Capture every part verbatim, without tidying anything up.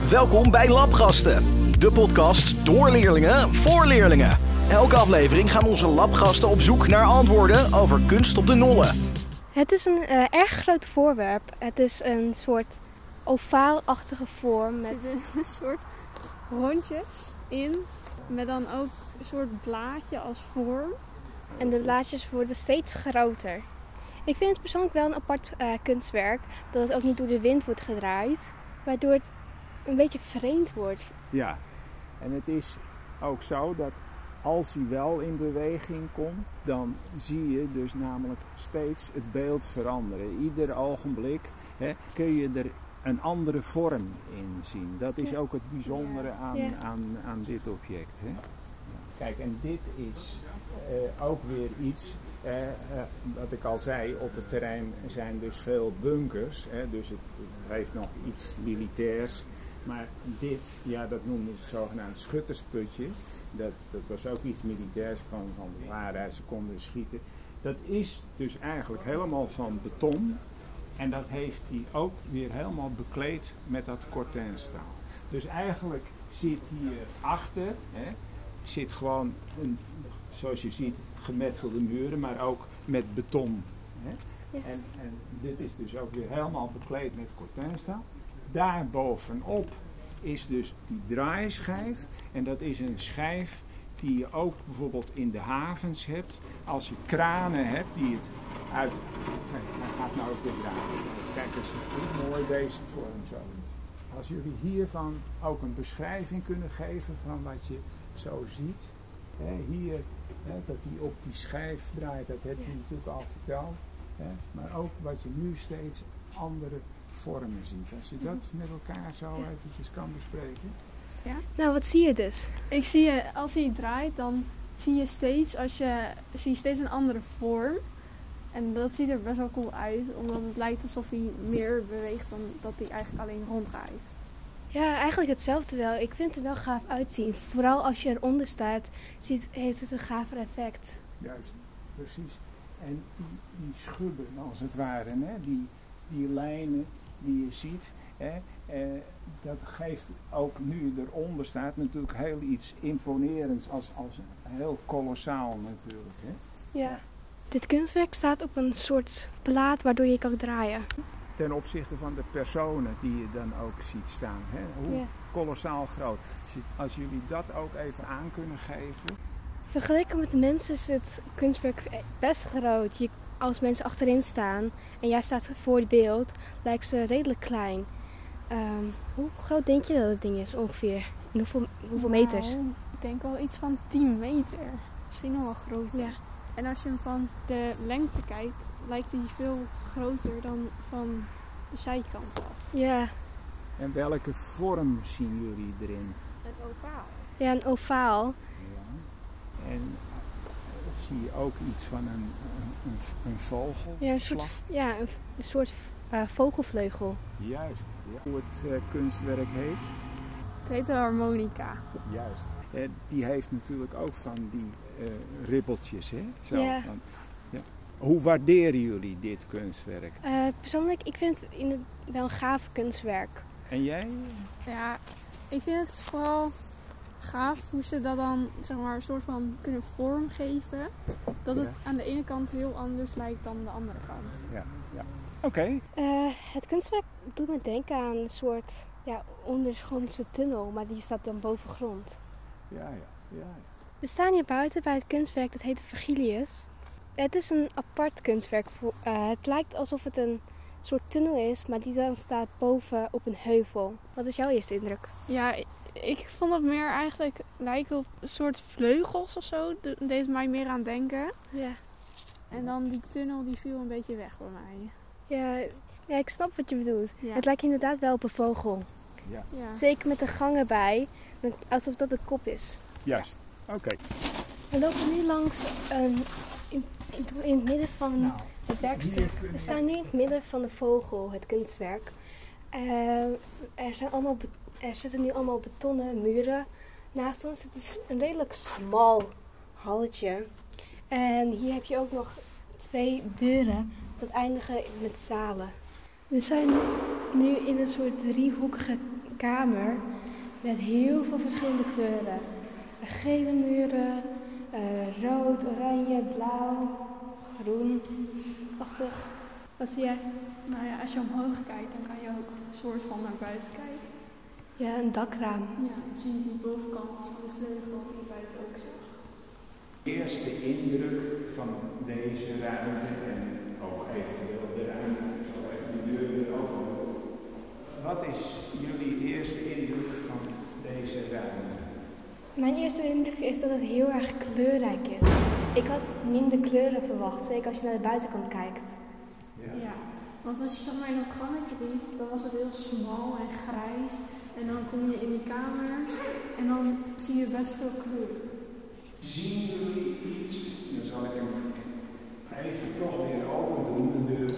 Welkom bij Labgasten, de podcast door leerlingen voor leerlingen. Elke aflevering gaan onze labgasten op zoek naar antwoorden over kunst op de Nolle. Het is een uh, erg groot voorwerp. Het is een soort ovaalachtige vorm met er zitten een soort rondjes in, met dan ook een soort blaadje als vorm. En de blaadjes worden steeds groter. Ik vind het persoonlijk wel een apart uh, kunstwerk, dat het ook niet door de wind wordt gedraaid, waardoor het een beetje vreemd wordt. Ja, en het is ook zo dat als hij wel in beweging komt, dan zie je dus namelijk steeds het beeld veranderen. Ieder ogenblik hè, kun je er een andere vorm in zien. Dat is ook het bijzondere aan, ja. aan, aan dit object. Hè. Kijk, en dit is uh, ook weer iets, uh, uh, wat ik al zei, op het terrein zijn dus veel bunkers. Hè, dus het, het heeft nog iets militairs. Maar dit, ja, dat noemen ze zogenaamd schuttersputje. Dat, dat was ook iets militairs van, van waaruit ze konden schieten. Dat is dus eigenlijk helemaal van beton. En dat heeft hij ook weer helemaal bekleed met dat cortenstaal. Dus eigenlijk zit hier achter, hè, zit gewoon, een, zoals je ziet, gemetselde muren, maar ook met beton. Hè. Ja. En, en dit is dus ook weer helemaal bekleed met cortenstaal. Daarbovenop is dus die draaischijf. En dat is een schijf die je ook bijvoorbeeld in de havens hebt. Als je kranen hebt die het uit... Kijk, hij gaat nou ook weer draaien. Kijk, dat is goed mooi deze vorm zo. Als jullie hiervan ook een beschrijving kunnen geven van wat je zo ziet. Hè, hier, hè, dat hij op die schijf draait, dat heb je ja. natuurlijk al verteld. Hè, maar ook wat je nu steeds andere vormen ziet. Als je dat met elkaar zo eventjes kan bespreken. Ja? Nou, wat zie je dus? Ik zie je, als hij draait, dan zie je steeds, als je, zie je steeds een andere vorm. En dat ziet er best wel cool uit, omdat het lijkt alsof hij meer beweegt dan dat hij eigenlijk alleen ronddraait. Ja, eigenlijk hetzelfde wel. Ik vind het er wel gaaf uitzien. Vooral als je eronder staat, ziet, heeft het een gaver effect. Juist, precies. En die, die schubben als het ware, hè? Die, die lijnen die je ziet, hè? Eh, dat geeft ook nu eronder staat natuurlijk heel iets imponerends, als, als heel kolossaal natuurlijk. Hè? Ja. Dit kunstwerk staat op een soort plaat waardoor je kan draaien. Ten opzichte van de personen die je dan ook ziet staan. Hè? Hoe ja. kolossaal groot. Als, je, als jullie dat ook even aan kunnen geven. Vergeleken met de mensen is het kunstwerk best groot. Je, als mensen achterin staan en jij staat voor het beeld, lijkt ze redelijk klein. Um, hoe groot denk je dat het ding is ongeveer? En hoeveel, hoeveel nou, meters? Ik denk wel iets van tien meter. Misschien nog wel groter. Ja. En als je hem van de lengte kijkt, lijkt hij veel groter dan van de zijkant af. Ja. En welke vorm zien jullie erin? Een ovaal. Ja, een ovaal. Ja. En zie je ook iets van een, een, een, een vogel? Ja, een soort, ja, een, een soort uh, vogelvleugel. Juist. Ja. Hoe het uh, kunstwerk heet? Het heet een harmonica. Juist. En die heeft natuurlijk ook van die uh, ribbeltjes, hè? Zo, ja. Van, ja. Hoe waarderen jullie dit kunstwerk? Uh, persoonlijk, ik vind het in het wel een gaaf kunstwerk. En jij? Ja, ik vind het vooral gaaf hoe ze dat dan, zeg maar, een soort van kunnen vormgeven. Dat het ja. aan de ene kant heel anders lijkt dan de andere kant. Ja, ja. Oké. Okay. Uh, het kunstwerk doet me denken aan een soort ja, ondergrondse tunnel, maar die staat dan boven grond. Ja, ja, ja, ja. We staan hier buiten bij het kunstwerk, dat heet Virgilius. Het is een apart kunstwerk. Uh, het lijkt alsof het een soort tunnel is, maar die dan staat boven op een heuvel. Wat is jouw eerste indruk? Ja, ik, ik vond het meer eigenlijk lijken op een soort vleugels of zo. De, deed mij meer aan denken. Ja. En dan die tunnel die viel een beetje weg bij mij. Ja, ja ik snap wat je bedoelt. Ja. Het lijkt inderdaad wel op een vogel. Ja. Ja. Zeker met de gang erbij, alsof dat een kop is. Juist, oké. Okay. We lopen nu langs een, in, in het midden van nou, het werkstuk. We staan nu in het midden van de vogel, het kunstwerk. Uh, er, zijn allemaal, er zitten nu allemaal betonnen muren naast ons. Het is een redelijk smal halletje. En hier heb je ook nog twee deuren dat eindigen met zalen. We zijn nu in een soort driehoekige kamer met heel veel verschillende kleuren. Gele muren, uh, rood, oranje, blauw, groen, achtig. Wat zie jij? Nou ja, als je omhoog kijkt, dan kan je ook een soort van naar buiten kijken. Ja, een dakraam. Ja, dan zie je die bovenkant van de vleugel die buiten ook zag. Eerste indruk van deze ruimte en ook eventueel de ruimte, ik zal even de deur weer openen. Wat is jullie eerste indruk van deze ruimte? Mijn eerste indruk is dat het heel erg kleurrijk is. Ik had minder kleuren verwacht, zeker als je naar de buitenkant kijkt. Ja, ja, want als je zeg maar in dat gangetje liep, dan was het heel smal en grijs. En dan kom je in die kamers en dan zie je best veel kleur. Zien jullie iets? Dan zal ik hem even toch weer open doen, de deur.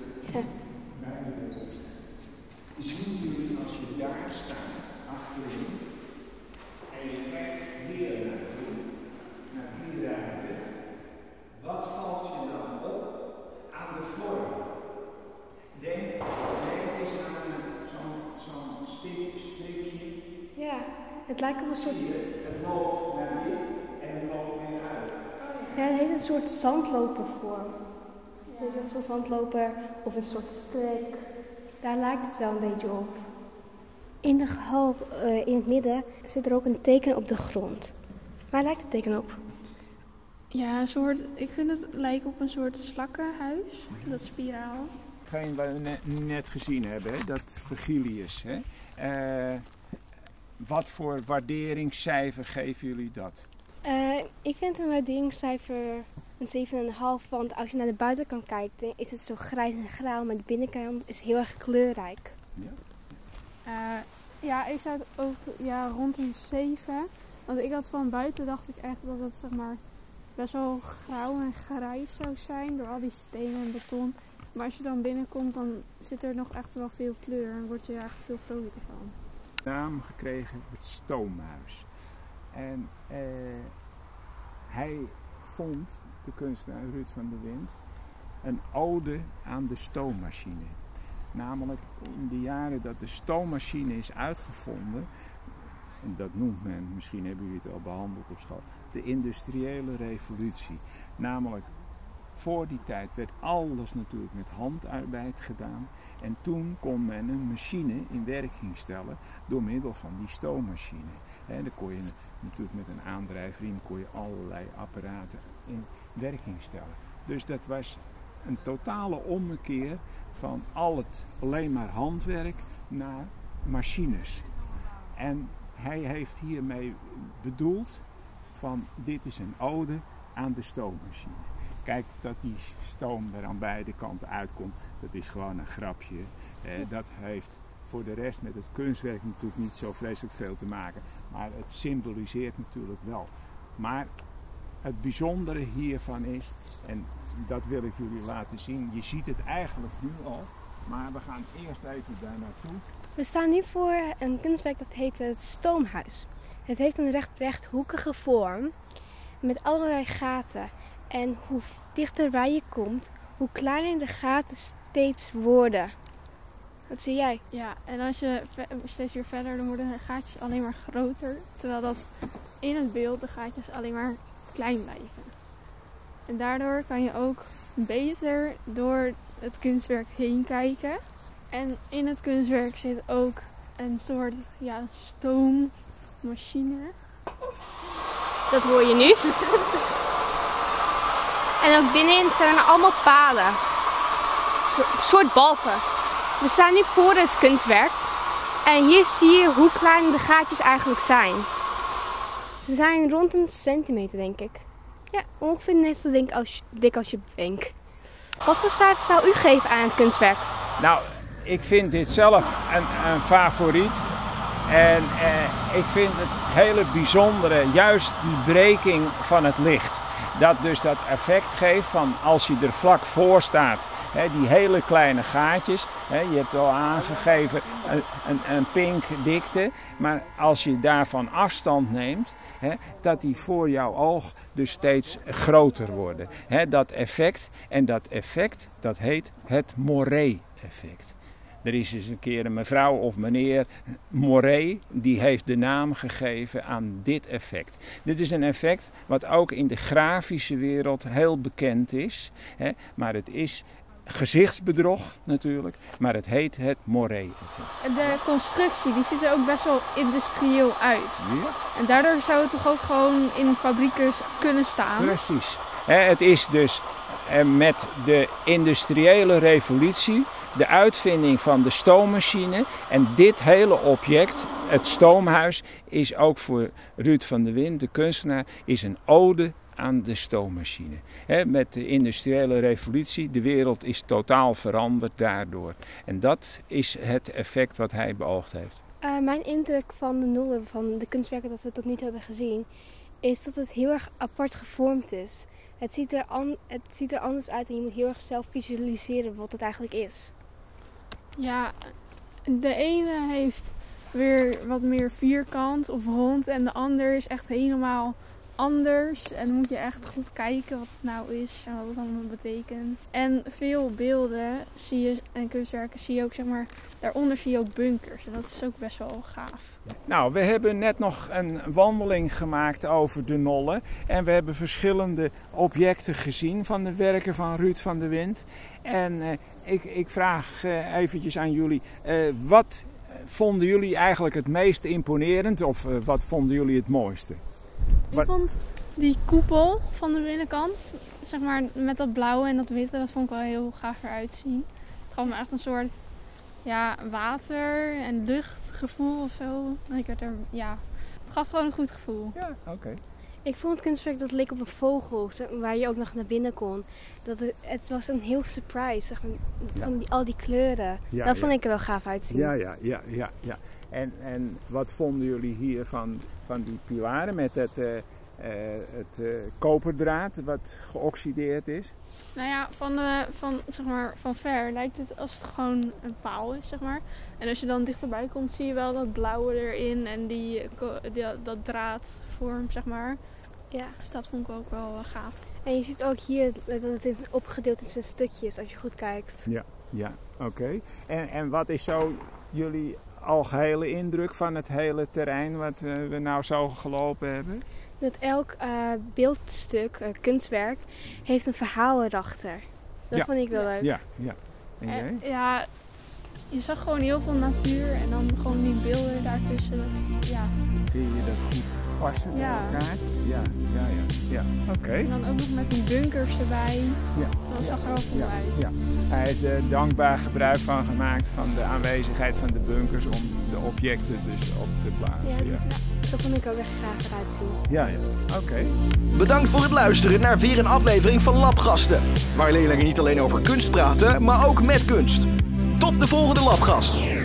Bij de deur. Zien jullie als je daar staat, achterin, en je kijkt hier naartoe, naar die ruimte, wat valt je dan op aan de vorm? Denk, denk eens aan zo'n zo'n strikje. Ja, het lijkt op een soort... Het loopt naar hier en het loopt weer uit. Ja, het heet een soort zandlopervorm. Ja. Een soort zandloper of een soort strik. Daar lijkt het wel een beetje op. In de hal, uh, in het midden, zit er ook een teken op de grond. Waar lijkt het teken op? Ja, een soort, ik vind het lijkt op een soort slakkenhuis, dat spiraal. Hetgeen wat we net, net gezien hebben, hè, dat Virgilius. Hè. Uh, wat voor waarderingscijfer geven jullie dat? Uh, ik vind een waarderingscijfer een zeven komma vijf, want als je naar de buitenkant kijkt, is het zo grijs en grauw, maar de binnenkant is heel erg kleurrijk. Ja, uh, ja ik zou het ook ja, rond een zeven. Want ik had van buiten dacht ik echt dat het zeg maar best wel grauw en grijs zou zijn door al die stenen en beton. Maar als je dan binnenkomt, dan zit er nog echt wel veel kleur en word je er eigenlijk veel vrolijker van. Naam gekregen het Stoomhuis. En uh, hij vond, de kunstenaar Ruud van der Wind, een ode aan de stoommachine. Namelijk in de jaren dat de stoommachine is uitgevonden, en dat noemt men, misschien hebben jullie het al behandeld op school, de industriële revolutie. Namelijk, voor die tijd werd alles natuurlijk met handarbeid gedaan. En toen kon men een machine in werking stellen door middel van die stoommachine. En dan kon je natuurlijk met een aandrijfriem kon je allerlei apparaten in werking stellen. Dus dat was een totale ommekeer van al het alleen maar handwerk naar machines. En hij heeft hiermee bedoeld van dit is een ode aan de stoommachine. Kijk, dat die stoom er aan beide kanten uitkomt, dat is gewoon een grapje. Eh, dat heeft voor de rest met het kunstwerk natuurlijk niet zo vreselijk veel te maken. Maar het symboliseert natuurlijk wel. Maar het bijzondere hiervan is, en dat wil ik jullie laten zien, je ziet het eigenlijk nu al, maar we gaan eerst even daar naartoe. We staan nu voor een kunstwerk dat heet het Stoomhuis. Het heeft een recht, rechthoekige vorm met allerlei gaten. En hoe dichterbij je komt, hoe kleiner de gaten steeds worden. Wat zie jij? Ja, en als je steeds weer verder, dan worden de gaatjes alleen maar groter. Terwijl dat in het beeld de gaatjes alleen maar klein blijven. En daardoor kan je ook beter door het kunstwerk heen kijken. En in het kunstwerk zit ook een soort ja, stoommachine. Dat hoor je nu. En ook binnenin zijn er allemaal palen. Een soort balken. We staan nu voor het kunstwerk. En hier zie je hoe klein de gaatjes eigenlijk zijn. Ze zijn rond een centimeter, denk ik. Ja, ongeveer net zo dik als, dik als je bank. Wat voor cijfer zou u geven aan het kunstwerk? Nou, ik vind dit zelf een, een favoriet. En eh, ik vind het hele bijzondere, juist die breking van het licht. Dat dus dat effect geeft van als je er vlak voor staat, hè, die hele kleine gaatjes. Hè, je hebt al aangegeven een, een, een pink dikte, maar als je daarvan afstand neemt, hè, dat die voor jouw oog dus steeds groter worden. Hè, dat effect, en dat effect dat heet het Moiré-effect. Er is eens een keer een mevrouw of meneer Moret, die heeft de naam gegeven aan dit effect. Dit is een effect wat ook in de grafische wereld heel bekend is. Hè, maar het is gezichtsbedrog natuurlijk, maar het heet het Moret-effect. De constructie die ziet er ook best wel industrieel uit. Ja. En daardoor zou het toch ook gewoon in fabrieken kunnen staan? Precies. Hè, het is dus eh, met de industriële revolutie, de uitvinding van de stoommachine en dit hele object, het stoomhuis, is ook voor Ruud van der Wind, de kunstenaar, is een ode aan de stoommachine. He, met de industriële revolutie, de wereld is totaal veranderd daardoor. En dat is het effect wat hij beoogd heeft. Uh, mijn indruk van de nollen, van de kunstwerken dat we tot nu toe hebben gezien, is dat het heel erg apart gevormd is. Het ziet er, an, het ziet er anders uit en je moet heel erg zelf visualiseren wat het eigenlijk is. Ja, de ene heeft weer wat meer vierkant of rond en de ander is echt helemaal anders. En dan moet je echt goed kijken wat het nou is en wat het allemaal betekent. En veel beelden zie je en kunstwerken zie je ook, zeg maar, daaronder zie je ook bunkers. En dat is ook best wel gaaf. Nou, we hebben net nog een wandeling gemaakt over de Nolle. En we hebben verschillende objecten gezien van de werken van Ruud van der Wind. En uh, ik, ik vraag uh, eventjes aan jullie, uh, wat vonden jullie eigenlijk het meest imponerend? Of uh, wat vonden jullie het mooiste? Ik vond die koepel van de binnenkant, zeg maar met dat blauwe en dat witte, dat vond ik wel heel gaaf eruit zien. Het gaf me echt een soort ja, water- en luchtgevoel of zo. En ik werd er, ja, het gaf gewoon een goed gevoel. Ja, oké. Okay. Ik vond het kunstwerk dat leek op een vogel, waar je ook nog naar binnen kon. Dat het, het was een heel surprise, zeg maar, van ja. die, al die kleuren. Ja, dat vond ja. ik er wel gaaf uitzien. Ja, ja, ja, ja. ja. En, en wat vonden jullie hier van, van die pilaren met het, uh, uh, het uh, koperdraad wat geoxideerd is? Nou ja, van, de, van, zeg maar, van ver lijkt het als het gewoon een paal is, zeg maar. En als je dan dichterbij komt, zie je wel dat blauwe erin en die, die, dat draadvorm, zeg maar. Ja, dus dat vond ik ook wel uh, gaaf. En je ziet ook hier dat het is opgedeeld in zijn stukjes, als je goed kijkt. Ja, ja, oké. Okay. En, en wat is zo jullie algehele indruk van het hele terrein wat uh, we nou zo gelopen hebben? Dat elk uh, beeldstuk, uh, kunstwerk, heeft een verhaal erachter. Dat ja. vond ik wel leuk. Ja, ja. En jij? Uh, ja, je zag gewoon heel veel natuur en dan gewoon die beelden daartussen. Dat, ja. Vind je dat goed passen ja. bij elkaar? Ja, ja, ja. ja. Oké. Okay. En dan ook nog met die bunkers erbij. Ja. Dat ja. zag er ook goed ja. uit. Ja. Hij heeft er dankbaar gebruik van gemaakt van de aanwezigheid van de bunkers om de objecten dus op te plaatsen. Ja, ja. ja. Dat vond ik ook echt graag eruit zien. Ja, ja. Oké. Okay. Bedankt voor het luisteren naar weer een aflevering van Labgasten. Waar leerlingen niet alleen over kunst praten, maar ook met kunst. Tot de volgende Labgast.